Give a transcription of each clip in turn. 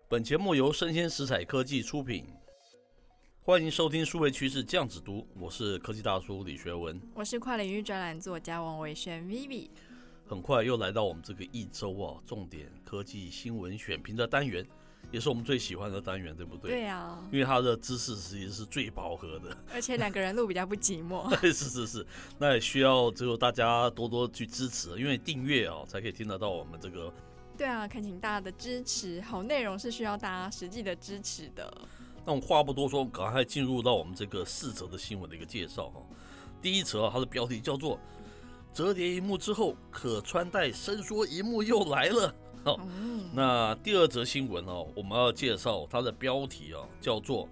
本节目由生鲜食材科技出品，欢迎收听数位趋势酱子读，我是科技大叔李学文， 我是跨领域专栏作家王伟轩 Vivi。 很快又来到我们这个一周重点科技新闻选评的单元，也是我们最喜欢的单元，对不对？ 对啊， 因为它的知识其实是最饱和的， 而且两个人录比较不寂寞。 是，那也需要只有大家多多去支持，因为订阅才可以听得到我们这个。 对啊，恳请大家的支持，好内容是需要大家实际的支持的。 那我们话不多说，赶快进入到我们这个4则的新闻的一个介绍。第一则它的标题叫做折叠萤幕之后可穿戴伸缩萤幕又来了。那第二则新闻我们要介绍它的标题叫做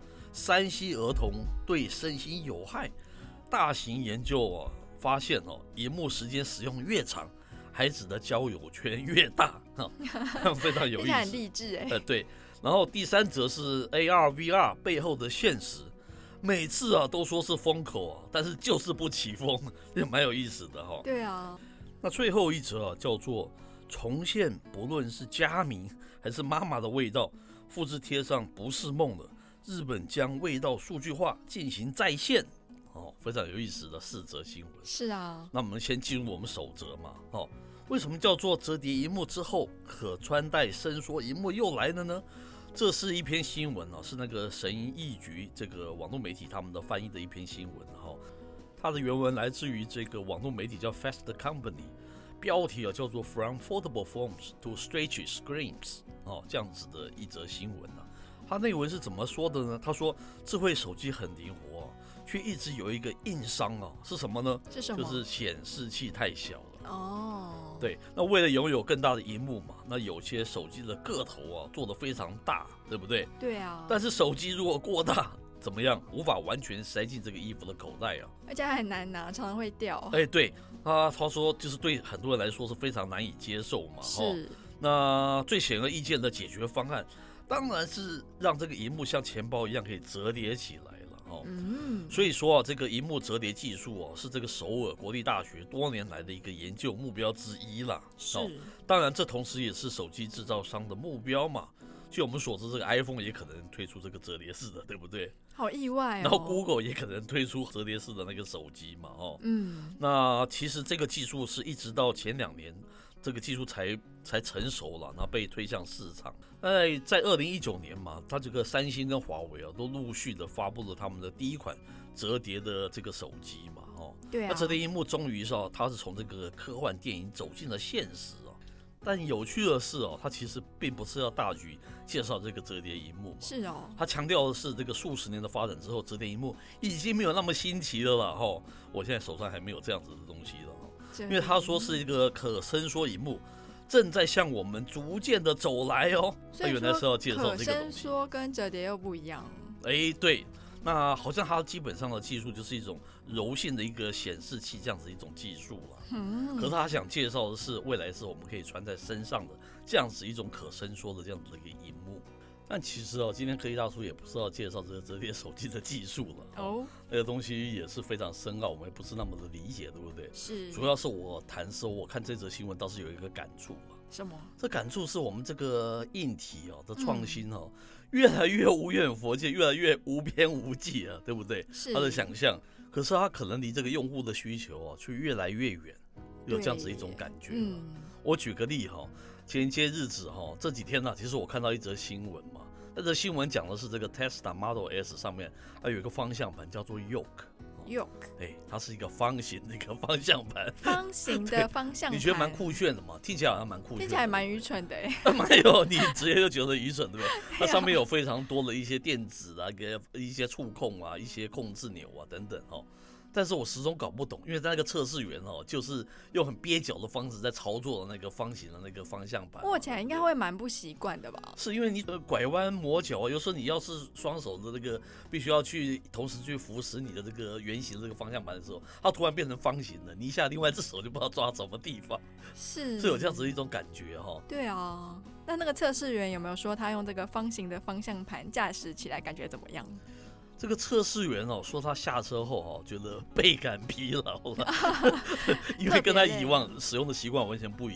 3C 儿童对身心有害，大型研究发现萤幕时间使用越长，孩子的交友圈越大，非常有意思， 很励志对。然后第三则是 AR/VR 背后的现实，每次都说是风口但是就是不起风，也蛮有意思的对啊。 那最后一则叫做重现不论是家迷还是妈妈的味道，复制贴上不是梦了，日本将味道数据化进行再现。非常有意思的4则新闻。 是啊， 那我们先进入我们首则嘛。为什么叫做折叠萤幕之后可穿戴伸缩萤幕又来了呢？这是一篇新闻是那个神译局这个网络媒体他们的翻译的一篇新闻它的原文来自于这个网络媒体叫 Fast Company， 标题叫做 From Foldable Phones to Stretchy Screens 这样子的一则新闻它内文是怎么说的呢？他说智慧手机很灵活却一直有一个硬伤是什么呢？ 是什么？ 就是显示器太小了对，那为了拥有更大的萤幕嘛，那有些手机的个头做得非常大，对不对？ 对啊。 但是手机如果过大怎么样？无法完全塞进这个衣服的口袋而且很难拿，常常会掉。 对，他说就是对很多人来说是非常难以接受嘛。 是。 那最显而易见的解决方案，当然是让这个萤幕像钱包一样可以折叠起来。所以说这个萤幕折叠技术是这个首尔国立大学多年来的一个研究目标之一啦。 是。 当然这同时也是手机制造商的目标嘛。据我们所知，这个 iPhone 也可能推出这个折叠式的，对不对？ 好意外然后 Google 也可能推出折叠式的那个手机嘛。那其实这个技术是一直到前2年这个技术才成熟了，然后被推向市场。在2019年嘛，它这个三星跟华为都陆续的发布了他们的第一款折叠的这个手机嘛。 对啊。 那折叠萤幕终于它是从这个科幻电影走进了现实但有趣的是它其实并不是要大举介绍这个折叠萤幕嘛。 是它强调的是这个数十年的发展之后，折叠萤幕已经没有那么新奇了啦。我现在手上还没有这样子的东西了因为他说是一个可伸缩萤幕正在向我们逐渐的走来所以原来是要介绍这个东西。 可伸缩跟折叠又不一样。 对，那好像它基本上的技术就是一种柔性的一个显示器这样子一种技术了。可是他想介绍的是未来是我们可以穿在身上的这样子一种可伸缩的这样子的一个萤幕。但其实今天科技大叔也不是要介绍这个折叠手机的技术了那个东西也是非常深奥，我们也不是那么的理解，对不对？ 是。 主要是我看这则新闻倒是有一个感触什么？ 这感触是我们这个硬体的创新越来越无远弗届，越来越无边无际对不对？ 是。 他的想象，可是他可能离这个用户的需求却越来越远，有这样子一种感觉。我举个例前些日子这几天其实我看到一则新闻嘛，那则新闻讲的是这个 Tesla Model S 上面它有一个方向盘叫做 Yoke，它是一个方形的一个方向盘， 方形的方向盘， 你觉得蛮酷炫的吗？听起来好像蛮酷炫的， 听起来蛮愚蠢的你直接就觉得愚蠢，对不对？它上面有非常多的一些电子一些触控一些控制钮等等但是我始终搞不懂，因为那个测试员就是用很蹩脚的方式在操作的那个方形的那个方向盘， 握起来应该会蛮不习惯的吧？ 是因为你拐弯抹角有时候你要是双手的那个必须要去同时去扶持你的这个圆形这个方向盘的时候，它突然变成方形的，你一下另外一只手就不知道抓什么地方，是有这样子一种感觉对啊，那个测试员有没有说他用这个方形的方向盘驾驶起来感觉怎么样？ 这个测试员说他下车后觉得倍感疲劳了因为跟他以往使用的习惯完全不一样嘛。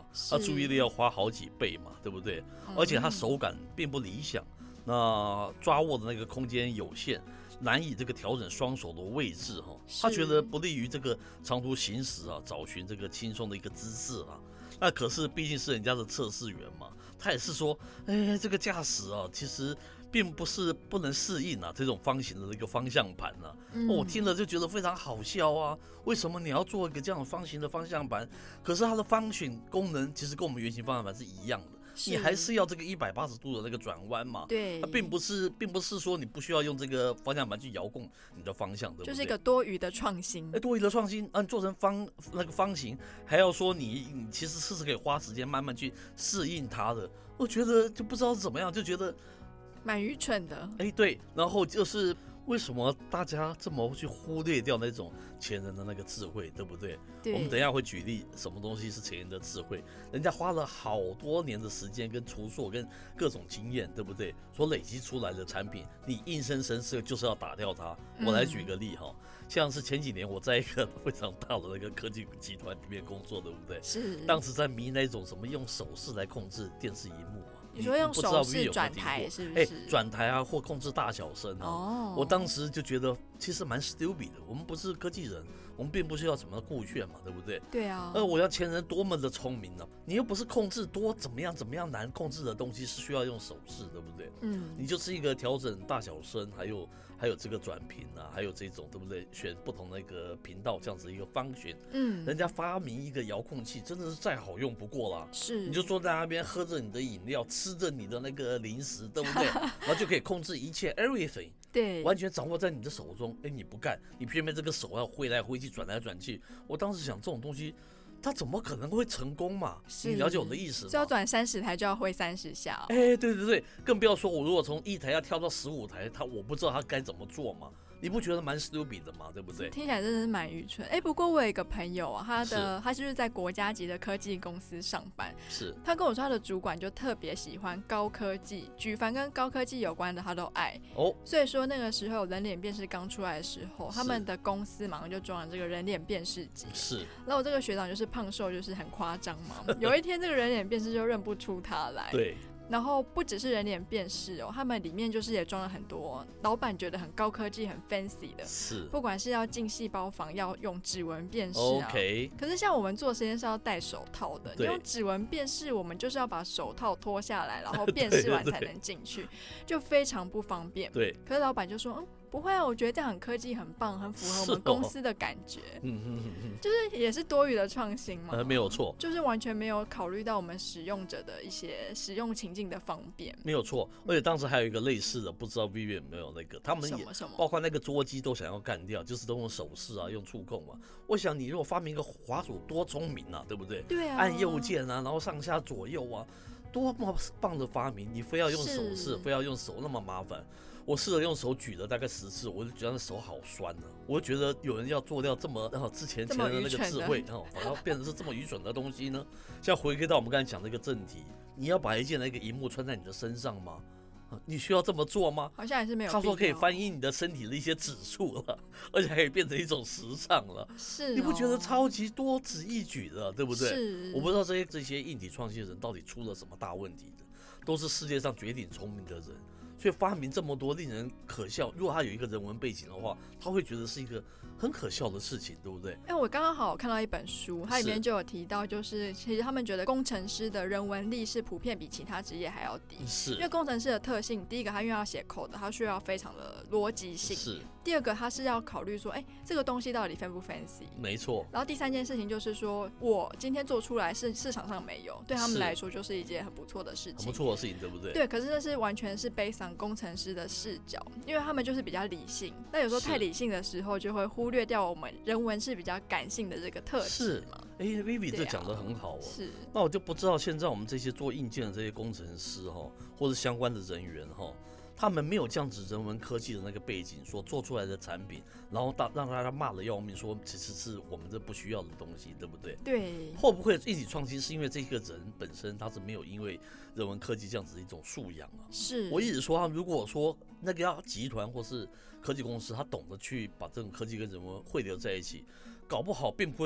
他注意力要花好几倍嘛，对不对？而且他手感并不理想，那抓握的那个空间有限，难以这个调整双手的位置哈，他觉得不利于这个长途行驶啊，找寻这个轻松的一个姿势啊。那可是毕竟是人家的测试员嘛，他也是说，这个驾驶啊，其实并不是不能适应啊这种方形的一个方向盘啊。我听了就觉得非常好笑啊，为什么你要做一个这样方形的方向盘？可是它的方形功能其实跟我们圆形方向盘是一样的。你还是要这个180度的那个转弯嘛？ 对， 它并不是说你不需要用这个方向盘去遥控你的方向，对不对？ 就是一个多余的创新。 多余的创新，你做成那个方形，还要说你其实是可以花时间慢慢去适应它的。我觉得就不知道是怎么样，就觉得蛮愚蠢的。 对，然后就是为什么大家这么去忽略掉那种前人的那个智慧，对不对？我们等一下会举例什么东西是前人的智慧，人家花了好多年的时间跟筹措跟各种经验，对不对？所累积出来的产品，你硬生生就是要打掉它。我来举个例哈，像是前几年我在一个非常大的那个科技集团里面工作，对不对？ 是。 当时在迷那种什么用手势来控制电视荧幕啊。 你说用手势转台是不是？ 转台啊，或控制大小声啊。我当时就觉得其实蛮 stupid 的。我们不是科技人，我们并不需要什么酷炫嘛，对不对？ 对啊。 我要前人多么的聪明呢？你又不是控制多怎么样难控制的东西是需要用手势，对不对？你就是一个调整大小声，还有这个转频啊，还有这种对不对？选不同的一个频道这样子一个方选。人家发明一个遥控器，真的是再好用不过啦。 是。 你就坐在那边喝着你的饮料，吃着你的那个零食，对不对？然后就可以控制一切 everything， 对， 完全掌握在你的手中。你不干，你偏偏这个手要挥来挥去，转来转去。我当时想，这种东西它怎么可能会成功嘛？你了解我的意思吗？ 就要转30台就要挥30下。 对，更不要说我如果从1台要跳到15台，我不知道他该怎么做嘛。你不觉得蛮 stupid 的吗？对不对？ 听起来真的是蛮愚蠢。不过我有一个朋友啊，他就是在国家级的科技公司上班。 是。 他跟我说，他的主管就特别喜欢高科技，凡跟高科技有关的他都爱。所以说那个时候人脸辨识刚出来的时候，他们的公司马上就装了这个人脸辨识机。 是。 然后我这个学长就是胖瘦就是很夸张嘛，有一天这个人脸辨识就认不出他来。 对。 然后不只是人脸辨识他们里面就是也装了很多老板觉得很高科技、很 fancy 的， 是， 不管是要进细胞房要用指纹辨识 OK。 可是像我们做实验是要戴手套的，你用指纹辨识，我们就是要把手套脱下来，然后辨识完才能进去，就非常不方便。 对。 可是老板就说，不会啊，我觉得这样很科技、很棒、很符合我们公司的感觉。就是也是多余的创新嘛。 没有错， 就是完全没有考虑到我们使用者的一些使用情境的方便。 没有错，而且当时还有一个类似的，不知道 Vivian 有没有那个，他们也包括那个桌机都想要干掉，就是都用手势啊，用触控嘛。我想你如果发明一个滑鼠，多聪明啊，对不对？ 对啊。 按右键啊，然后上下左右啊，多么棒的发明！你非要用手势，非要用手，那么麻烦。我试了用手举了大概10次，我就觉得手好酸呢。我就觉得有人要做掉这么之前的那个智慧，反而变成是这么愚蠢的东西呢。像回归到我们刚才讲的一个正题，你要把一件那个萤幕穿在你的身上吗？你需要这么做吗？ 好像还是没有。 他说可以翻译你的身体的一些指数了，而且还可以变成一种时尚了。 是。 你不觉得超级多此一举的，对不对？ 是。 我不知道这些硬体创新的人到底出了什么大问题的，都是世界上绝顶聪明的人。所以发明这么多令人可笑，如果他有一个人文背景的话，他会觉得是一个很可笑的事情，对不对？ 我刚刚好看到一本书，它里面就有提到，就是其实他们觉得工程师的人文力是普遍比其他职业还要低。 是。因为工程师的特性，第一个他因为要写 code， 他需要非常的逻辑性。 是。 第二个他是要考虑说，这个东西到底 fancy 不 fancy？ 没错。 然后第三件事情就是说，我今天做出来是市场上没有，对他们来说就是一件很不错的事情。 很不错的事情，对不对？ 对。可是那是完全是based on工程师的视角，因为他们就是比较理性。那有时候太理性的时候，就会忽略掉我们人文是比较感性的这个特质嘛。 Vivi 这讲得很好哦。 是。 那我就不知道现在我们这些做硬件的这些工程师或者相关的人员他们没有这样子人文科技的那个背景所做出来的产品，然后让大家骂得要命，说其实是我们这不需要的东西，对不对？ 对。 会不会一起创新是因为这个人本身他是没有因为人文科技这样子的一种素养啊？ 是。 我一直说，如果说那个集团或是科技公司，他懂得去把这种科技跟人文汇流在一起，搞不好并不会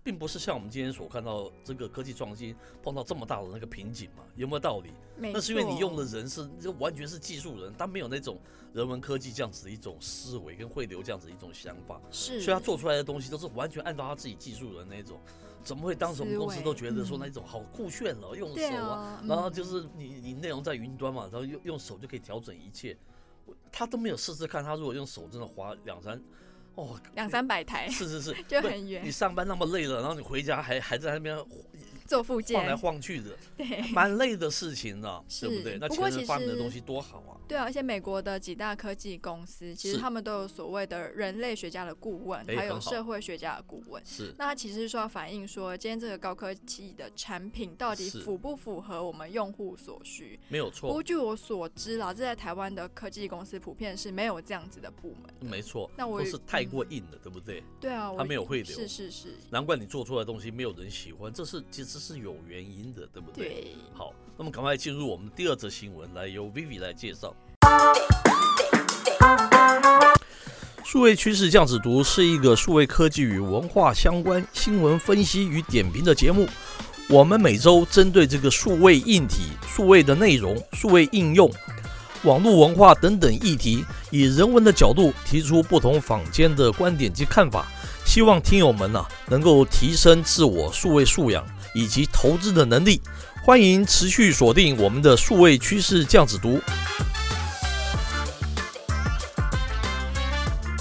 并不是像我们今天所看到这个科技创新碰到这么大的那个瓶颈嘛，有没有道理？那是因为你用的人就完全是技术人，他没有那种人文科技这样子的一种思维跟汇流这样子的一种想法， 是， 所以他做出来的东西都是完全按照他自己技术人那种。怎么会当什么公司都觉得说那种好酷炫哦，用手啊，然后就是你内容在云端嘛，然后用手就可以调整一切，他都没有试试看，他如果用手真的滑200-300 台， 是就很远。 你上班那么累了，然后你回家还在那边做复健， 晃来晃去的， 对， 蛮累的事情的，对不对？那前人发明的东西多好啊！ 对啊，而且美国的几大科技公司，其实他们都有所谓的人类学家的顾问，还有社会学家的顾问。 是， 那它其实是说要反映说，今天这个高科技的产品到底符不符合我们用户所需？ 没有错。 不过据我所知啦，这在台湾的科技公司普遍是没有这样子的部门。 没错， 那我都是太过硬了，对不对？ 对啊， 它没有汇流。 是， 难怪你做出来的东西没有人喜欢，其实是有原因的，对不对？ 对。 好，那么赶快进入我们第二则新闻，来由 Vivi 来介绍。数位趋势酱子读是一个数位科技与文化相关新闻分析与点评的节目。我们每周针对这个数位硬体、数位的内容、数位应用、网络文化等等议题，以人文的角度提出不同坊间的观点及看法，希望听友们能够提升自我数位素养以及投资的能力。欢迎持续锁定我们的数位趋势酱子读。